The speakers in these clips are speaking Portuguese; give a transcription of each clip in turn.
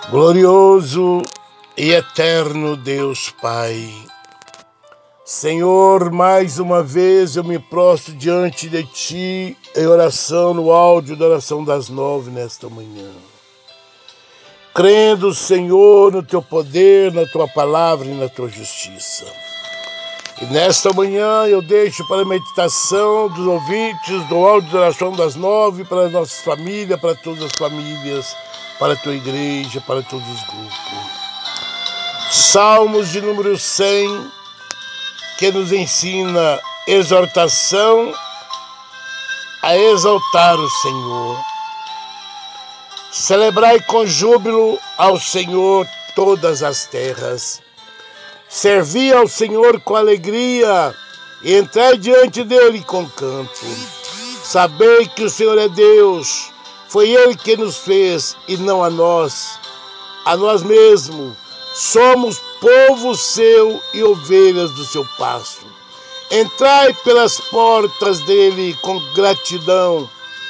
Glorioso e eterno Deus Pai, Senhor, mais uma vez eu me prostro diante de Ti em oração, no áudio da oração das 9 nesta manhã. Crendo, Senhor, no Teu poder, na Tua palavra e na Tua justiça. E nesta manhã eu deixo para a meditação dos ouvintes do áudio da oração das 9, para as nossas famílias, para todas as famílias, para a Tua igreja, para todos os grupos. Salmos de número 100, que nos ensina exortação a exaltar o Senhor. Celebrai com júbilo ao Senhor todas as terras. Servi ao Senhor com alegria e entrai diante dele com canto. Sabei que o Senhor é Deus, foi Ele que nos fez e não a nós mesmos. Somos povo seu e ovelhas do seu pasto. Entrai pelas portas dele com gratidão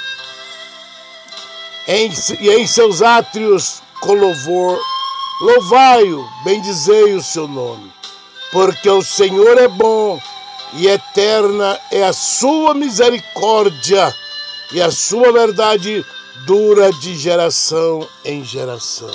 e em seus átrios com louvor. Louvai-o, bendizei o seu nome, porque o Senhor é bom e eterna é a sua misericórdia e a sua verdade dura de geração em geração.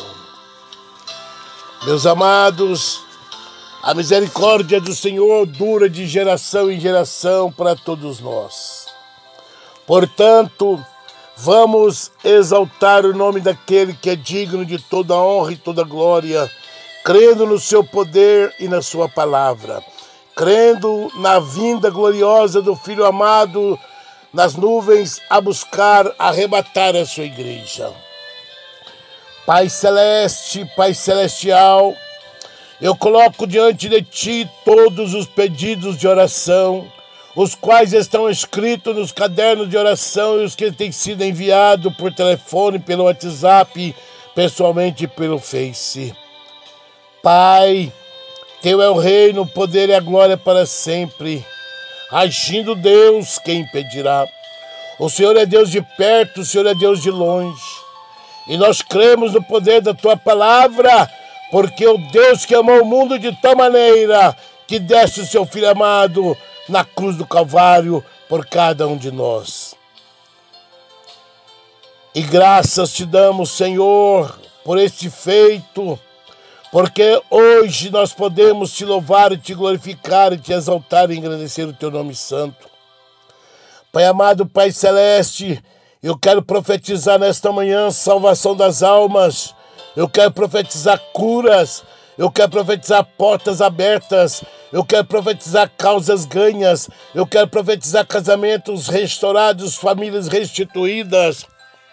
Meus amados, a misericórdia do Senhor dura de geração em geração para todos nós. Portanto, vamos exaltar o nome daquele que é digno de toda honra e toda glória, crendo no seu poder e na sua palavra, crendo na vinda gloriosa do Filho amado nas nuvens a buscar, arrebatar a sua igreja. Pai celeste, Pai celestial, eu coloco diante de Ti todos os pedidos de oração, os quais estão escritos nos cadernos de oração e os que têm sido enviados por telefone, pelo WhatsApp, pessoalmente pelo Face. Pai, Teu é o reino, o poder e a glória para sempre. Agindo Deus, quem impedirá? O Senhor é Deus de perto, o Senhor é Deus de longe. E nós cremos no poder da Tua palavra, porque o Deus que amou o mundo de tal maneira que deste o seu Filho amado na cruz do Calvário por cada um de nós. E graças te damos, Senhor, por este feito, porque hoje nós podemos te louvar e te glorificar e te exaltar e engrandecer o teu nome santo. Pai amado, Pai celeste, eu quero profetizar nesta manhã salvação das almas, eu quero profetizar curas, eu quero profetizar portas abertas, eu quero profetizar causas ganhas, eu quero profetizar casamentos restaurados, famílias restituídas,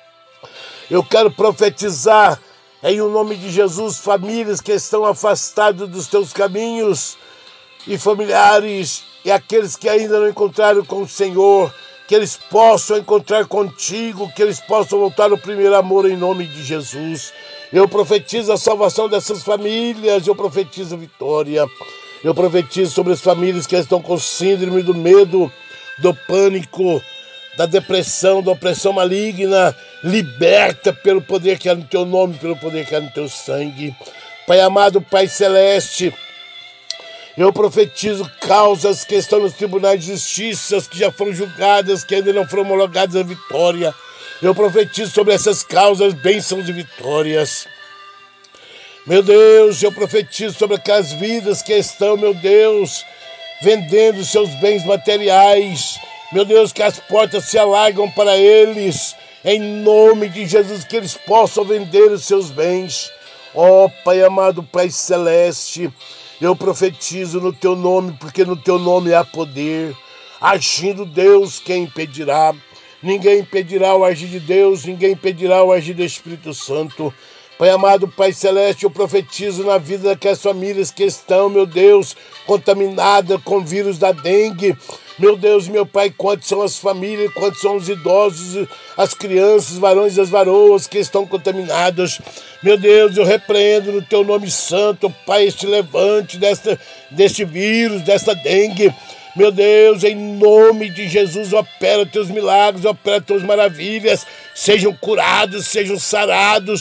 eu quero profetizar em o nome de Jesus famílias que estão afastadas dos teus caminhos e familiares e aqueles que ainda não encontraram com o Senhor, que eles possam encontrar contigo, que eles possam voltar ao primeiro amor em nome de Jesus. Eu profetizo a salvação dessas famílias, eu profetizo a vitória, eu profetizo sobre as famílias que estão com síndrome do medo, do pânico, da depressão, da opressão maligna, liberta pelo poder que há no teu nome, pelo poder que há no teu sangue. Pai amado, Pai celeste, eu profetizo causas que estão nos tribunais de justiça, que já foram julgadas, que ainda não foram homologadas a vitória. Eu profetizo sobre essas causas bênçãos e vitórias. Meu Deus, eu profetizo sobre aquelas vidas que estão, meu Deus, vendendo seus bens materiais. Meu Deus, que as portas se alargam para eles, em nome de Jesus, que eles possam vender os seus bens. Ó Pai amado, Pai celeste, eu profetizo no teu nome, porque no teu nome há poder. Agindo Deus, quem impedirá? Ninguém impedirá o agir de Deus, ninguém impedirá o agir do Espírito Santo. Pai amado, Pai celeste, eu profetizo na vida daquelas famílias que estão, meu Deus, contaminadas com o vírus da dengue. Meu Deus, meu Pai, quantas são as famílias, quantos são os idosos, as crianças, os varões e as varoas que estão contaminados. Meu Deus, eu repreendo no teu nome santo, Pai, este levante deste vírus, desta dengue. Meu Deus, em nome de Jesus, opera teus milagres, opera tuas maravilhas, sejam curados, sejam sarados,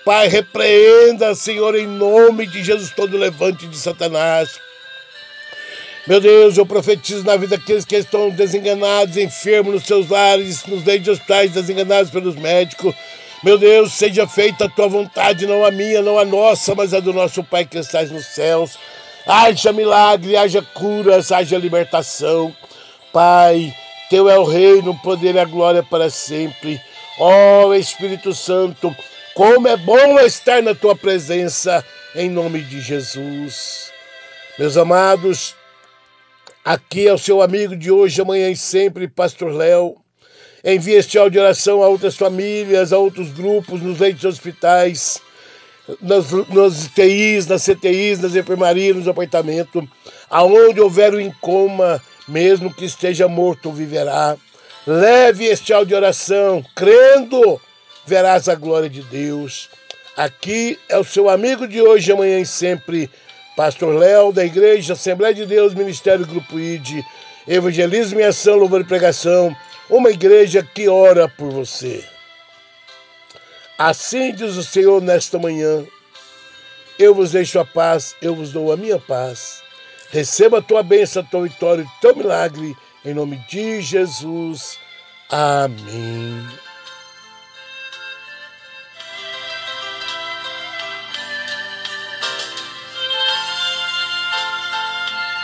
Pai, repreenda, Senhor, em nome de Jesus, todo levante de Satanás. Meu Deus, eu profetizo na vida daqueles que estão desenganados, enfermos nos seus lares, nos leitos de hospitais, desenganados pelos médicos. Meu Deus, seja feita a tua vontade, não a minha, não a nossa, mas a do nosso Pai que estás nos céus. Haja milagre, haja curas, haja libertação. Pai, teu é o reino, o poder e a glória para sempre. Ó Espírito Santo, como é bom estar na tua presença, em nome de Jesus. Meus amados, aqui é o seu amigo de hoje, amanhã e sempre, Pastor Léo. Envie este áudio de oração a outras famílias, a outros grupos, nos leitos de hospitais, nas UTIs, nas CTIs, nas enfermarias, nos apartamentos. Aonde houver um em coma, mesmo que esteja morto, viverá. Leve este áudio de oração, crendo, verás a glória de Deus. Aqui é o seu amigo de hoje, amanhã e sempre, Pastor Léo, da Igreja Assembleia de Deus, Ministério Grupo ID, Evangelismo e Ação, Louvor e Pregação, uma igreja que ora por você. Assim diz o Senhor nesta manhã: eu vos deixo a paz, eu vos dou a minha paz. Receba a tua bênção, a tua vitória, o teu milagre, em nome de Jesus. Amém.